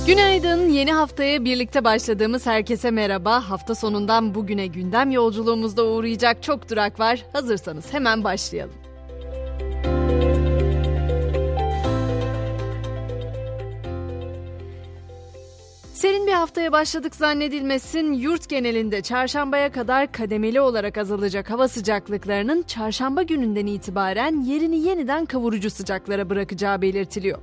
Günaydın, yeni haftaya birlikte başladığımız herkese merhaba. Hafta sonundan bugüne gündem yolculuğumuzda uğrayacak çok durak var. Hazırsanız hemen başlayalım. Serin bir haftaya başladık zannedilmesin, yurt genelinde çarşambaya kadar kademeli olarak azalacak hava sıcaklıklarının çarşamba gününden itibaren yerini yeniden kavurucu sıcaklara bırakacağı belirtiliyor.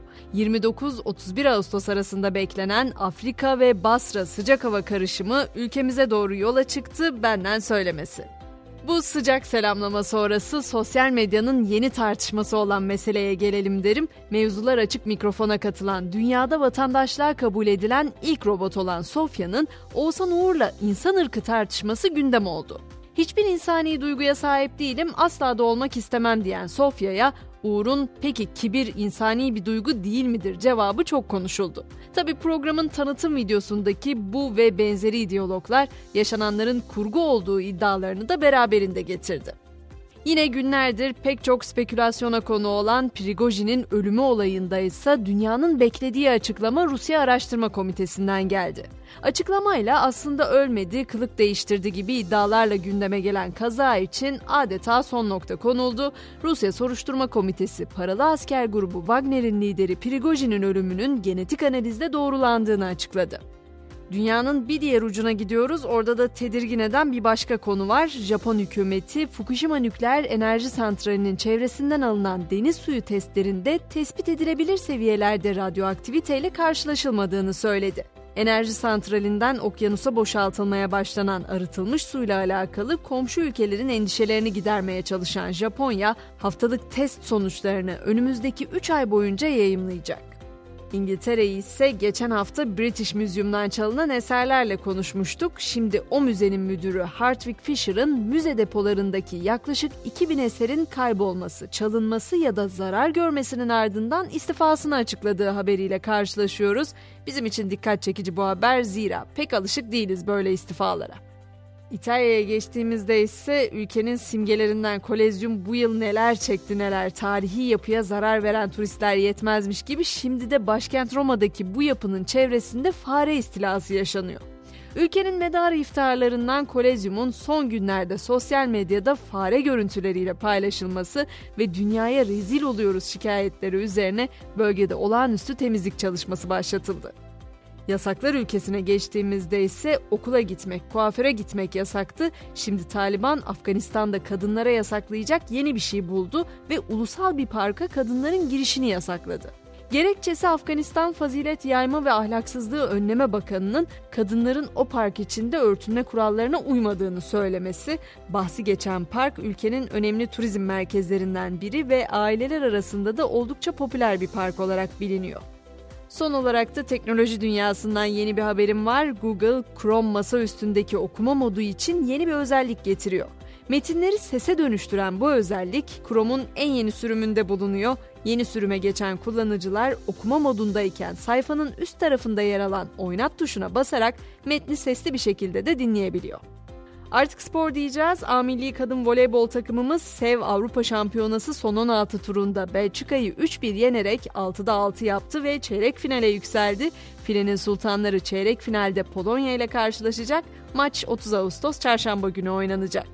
29-31 Ağustos arasında beklenen Afrika ve Basra sıcak hava karışımı ülkemize doğru yola çıktı, benden söylemesi. Bu sıcak selamlama sonrası sosyal medyanın yeni tartışması olan meseleye gelelim derim. Mevzular Açık mikrofona katılan, dünyada vatandaşlığa kabul edilen ilk robot olan Sofya'nın Oğuzhan Uğur'la insan ırkı tartışması gündem oldu. Hiçbir insani duyguya sahip değilim, asla da olmak istemem diyen Sofya'ya Uğur'un peki kibir insani bir duygu değil midir cevabı çok konuşuldu. Tabii programın tanıtım videosundaki bu ve benzeri diyaloglar yaşananların kurgu olduğu iddialarını da beraberinde getirdi. Yine günlerdir pek çok spekülasyona konu olan Prigojin'in ölümü olayında ise dünyanın beklediği açıklama Rusya Araştırma Komitesi'nden geldi. Açıklamayla aslında ölmedi, kılık değiştirdi gibi iddialarla gündeme gelen kaza için adeta son nokta konuldu. Rusya Soruşturma Komitesi, paralı asker grubu Wagner'in lideri Prigojin'in ölümünün genetik analizde doğrulandığını açıkladı. Dünyanın bir diğer ucuna gidiyoruz. Orada da tedirgin eden bir başka konu var. Japon hükümeti Fukushima nükleer enerji santralinin çevresinden alınan deniz suyu testlerinde tespit edilebilir seviyelerde radyoaktiviteyle karşılaşılmadığını söyledi. Enerji santralinden okyanusa boşaltılmaya başlanan arıtılmış suyla alakalı komşu ülkelerin endişelerini gidermeye çalışan Japonya, haftalık test sonuçlarını önümüzdeki 3 ay boyunca yayımlayacak. İngiltere'yi ise geçen hafta British Museum'dan çalınan eserlerle konuşmuştuk. Şimdi o müzenin müdürü Hartwig Fisher'ın müze depolarındaki yaklaşık 2000 eserin kaybolması, çalınması ya da zarar görmesinin ardından istifasını açıkladığı haberiyle karşılaşıyoruz. Bizim için dikkat çekici bu haber, zira pek alışık değiliz böyle istifalara. İtalya'ya geçtiğimizde ise ülkenin simgelerinden Kolezyum bu yıl neler çekti neler, tarihi yapıya zarar veren turistler yetmezmiş gibi şimdi de başkent Roma'daki bu yapının çevresinde fare istilası yaşanıyor. Ülkenin medarı iftiharlarından Kolezyum'un son günlerde sosyal medyada fare görüntüleriyle paylaşılması ve dünyaya rezil oluyoruz şikayetleri üzerine bölgede olağanüstü temizlik çalışması başlatıldı. Yasaklar ülkesine geçtiğimizde ise okula gitmek, kuaföre gitmek yasaktı. Şimdi Taliban Afganistan'da kadınlara yasaklayacak yeni bir şey buldu ve ulusal bir parka kadınların girişini yasakladı. Gerekçesi Afganistan Fazilet Yayma ve Ahlaksızlığı Önleme Bakanı'nın kadınların o park içinde örtünme kurallarına uymadığını söylemesi. Bahsi geçen park ülkenin önemli turizm merkezlerinden biri ve aileler arasında da oldukça popüler bir park olarak biliniyor. Son olarak da teknoloji dünyasından yeni bir haberim var. Google, Chrome masaüstündeki okuma modu için yeni bir özellik getiriyor. Metinleri sese dönüştüren bu özellik Chrome'un en yeni sürümünde bulunuyor. Yeni sürüme geçen kullanıcılar okuma modundayken sayfanın üst tarafında yer alan oynat tuşuna basarak metni sesli bir şekilde de dinleyebiliyor. Artık spor diyeceğiz. A Milli Kadın Voleybol takımımız SEV Avrupa Şampiyonası son 16 turunda Belçika'yı 3-1 yenerek 6'da 6 yaptı ve çeyrek finale yükseldi. Filenin sultanları çeyrek finalde Polonya ile karşılaşacak. Maç 30 Ağustos Çarşamba günü oynanacak.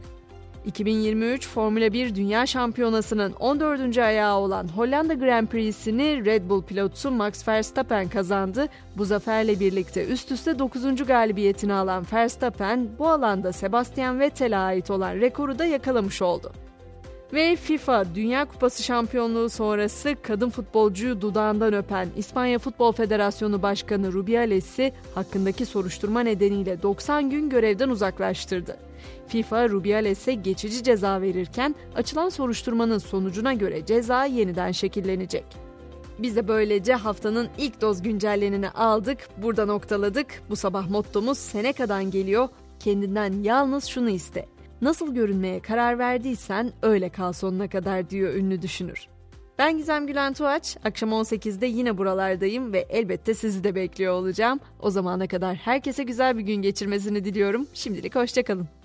2023 Formula 1 Dünya Şampiyonası'nın 14. ayağı olan Hollanda Grand Prix'sini Red Bull pilotu Max Verstappen kazandı. Bu zaferle birlikte üst üste 9. galibiyetini alan Verstappen bu alanda Sebastian Vettel'e ait olan rekoru da yakalamış oldu. Ve FIFA Dünya Kupası şampiyonluğu sonrası kadın futbolcuyu dudağından öpen İspanya Futbol Federasyonu Başkanı Rubiales'i hakkındaki soruşturma nedeniyle 90 gün görevden uzaklaştırdı. FIFA Rubiales'e geçici ceza verirken açılan soruşturmanın sonucuna göre ceza yeniden şekillenecek. Biz de böylece haftanın ilk doz güncellenini aldık, burada noktaladık. Bu sabah mottomuz Seneca'dan geliyor. Kendinden yalnız şunu iste. Nasıl görünmeye karar verdiysen öyle kal sonuna kadar diyor ünlü düşünür. Ben Gizem Gülen Tuğaç, akşam 18'de yine buralardayım ve elbette sizi de bekliyor olacağım. O zamana kadar herkese güzel bir gün geçirmesini diliyorum. Şimdilik hoşça kalın.